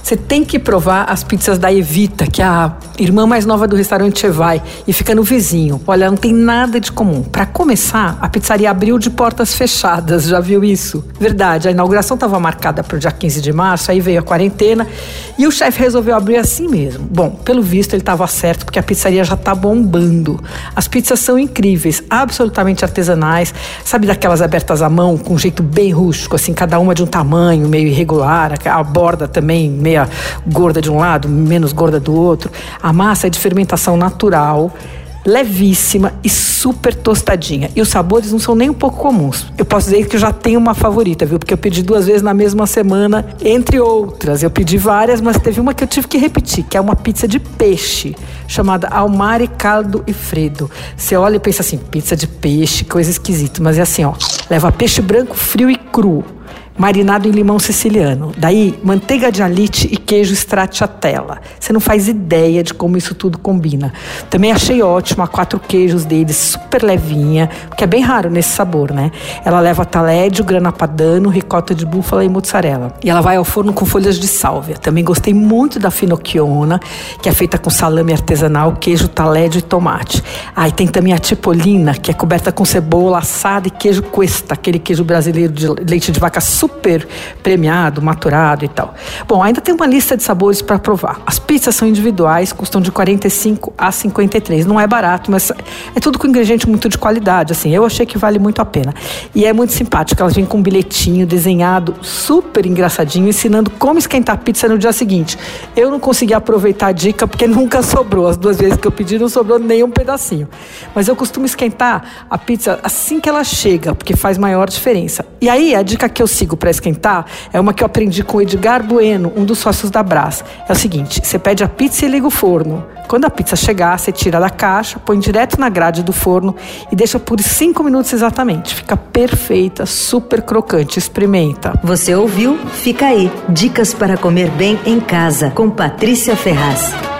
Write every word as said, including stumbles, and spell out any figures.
Você tem que provar as pizzas da Evita, que é a irmã mais nova do restaurante Chevai, e fica no vizinho. Olha, não tem nada de comum. Para começar, a pizzaria abriu de portas fechadas, já viu isso? Verdade, a inauguração estava marcada para o dia quinze de março, aí veio a quarentena e o chefe resolveu abrir assim mesmo. Bom, pelo visto ele estava certo, porque a pizzaria já está bombando. As pizzas são incríveis, absolutamente artesanais, sabe, daquelas abertas à mão, com um jeito bem rústico, assim, cada uma de um tamanho meio irregular, a borda também meia gorda de um lado, menos gorda do outro. A massa é de fermentação natural, levíssima e super tostadinha. E os sabores não são nem um pouco comuns. Eu posso dizer que eu já tenho uma favorita, viu? Porque eu pedi duas vezes na mesma semana, entre outras. Eu pedi várias, mas teve uma que eu tive que repetir, que é uma pizza de peixe, chamada Al Mare Caldo e Freddo. Você olha e pensa assim, pizza de peixe, coisa esquisita. Mas é assim, ó, leva peixe branco frio e cru, marinado em limão siciliano. Daí, manteiga de alite e queijo stracciatella. Você não faz ideia de como isso tudo combina. Também achei ótimo a quatro queijos deles, super levinha, que é bem raro nesse sabor, né? Ela leva taleggio, grana padano, ricota de búfala e mozzarella. E ela vai ao forno com folhas de sálvia. Também gostei muito da finocchiona, que é feita com salame artesanal, queijo, taleggio e tomate. Ah, e tem também a cipollina, que é coberta com cebola assada e queijo questa, aquele queijo brasileiro de leite de vaca super super premiado, maturado e tal. Bom, ainda tem uma lista de sabores para provar. As pizzas são individuais, custam de quarenta e cinco a cinquenta e três. Não é barato, mas é tudo com ingrediente muito de qualidade, assim. Eu achei que vale muito a pena. E é muito simpático, elas vêm com um bilhetinho desenhado, super engraçadinho, ensinando como esquentar a pizza no dia seguinte. Eu não consegui aproveitar a dica, porque nunca sobrou. As duas vezes que eu pedi, não sobrou nem um pedacinho. Mas eu costumo esquentar a pizza assim que ela chega, porque faz maior diferença. E aí, a dica que eu sigo para esquentar é uma que eu aprendi com o Edgar Bueno, um dos sócios da Brás. É o seguinte, você pede a pizza e liga o forno. Quando a pizza chegar, você tira da caixa, põe direto na grade do forno e deixa por cinco minutos exatamente. Fica perfeita, super crocante. Experimenta. Você ouviu? Fica aí. Dicas para comer bem em casa, com Patrícia Ferraz.